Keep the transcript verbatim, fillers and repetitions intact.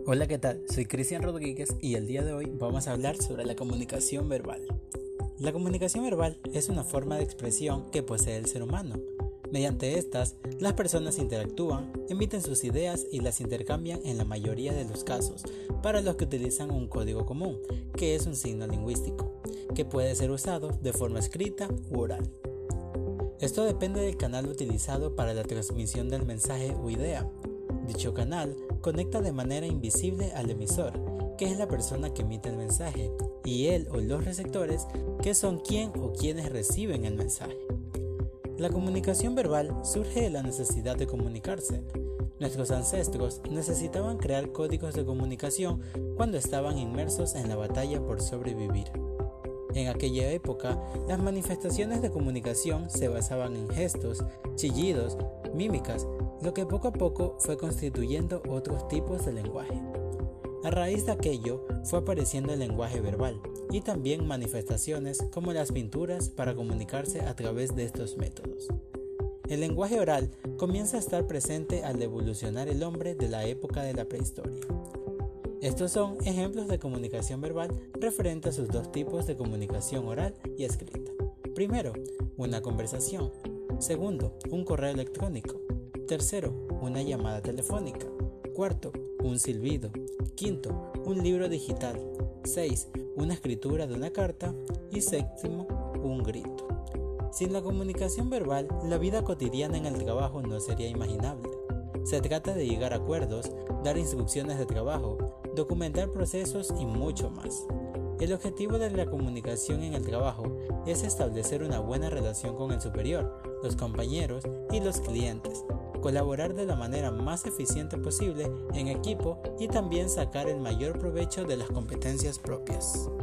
Hola, ¿qué tal? Soy Cristian Rodríguez y el día de hoy vamos a hablar sobre la comunicación verbal. La comunicación verbal es una forma de expresión que posee el ser humano. Mediante estas, las personas interactúan, emiten sus ideas y las intercambian en la mayoría de los casos, para los que utilizan un código común, que es un signo lingüístico, que puede ser usado de forma escrita u oral. Esto depende del canal utilizado para la transmisión del mensaje o idea. Dicho canal conecta de manera invisible al emisor, que es la persona que emite el mensaje, y él o los receptores, que son quien o quienes reciben el mensaje. La comunicación verbal surge de la necesidad de comunicarse. Nuestros ancestros necesitaban crear códigos de comunicación cuando estaban inmersos en la batalla por sobrevivir. En aquella época, las manifestaciones de comunicación se basaban en gestos, chillidos, mímicas, lo que poco a poco fue constituyendo otros tipos de lenguaje. A raíz de aquello fue apareciendo el lenguaje verbal y también manifestaciones como las pinturas para comunicarse a través de estos métodos. El lenguaje oral comienza a estar presente al evolucionar el hombre de la época de la prehistoria. Estos son ejemplos de comunicación verbal referente a sus dos tipos de comunicación oral y escrita. Primero, una conversación. Segundo, un correo electrónico. Tercero, una llamada telefónica. Cuarto, un silbido. Quinto, un libro digital. Seis, una escritura de una carta. Y séptimo, un grito. Sin la comunicación verbal, la vida cotidiana en el trabajo no sería imaginable. Se trata de llegar a acuerdos, dar instrucciones de trabajo, documentar procesos y mucho más. El objetivo de la comunicación en el trabajo es establecer una buena relación con el superior, los compañeros y los clientes, colaborar de la manera más eficiente posible en equipo y también sacar el mayor provecho de las competencias propias.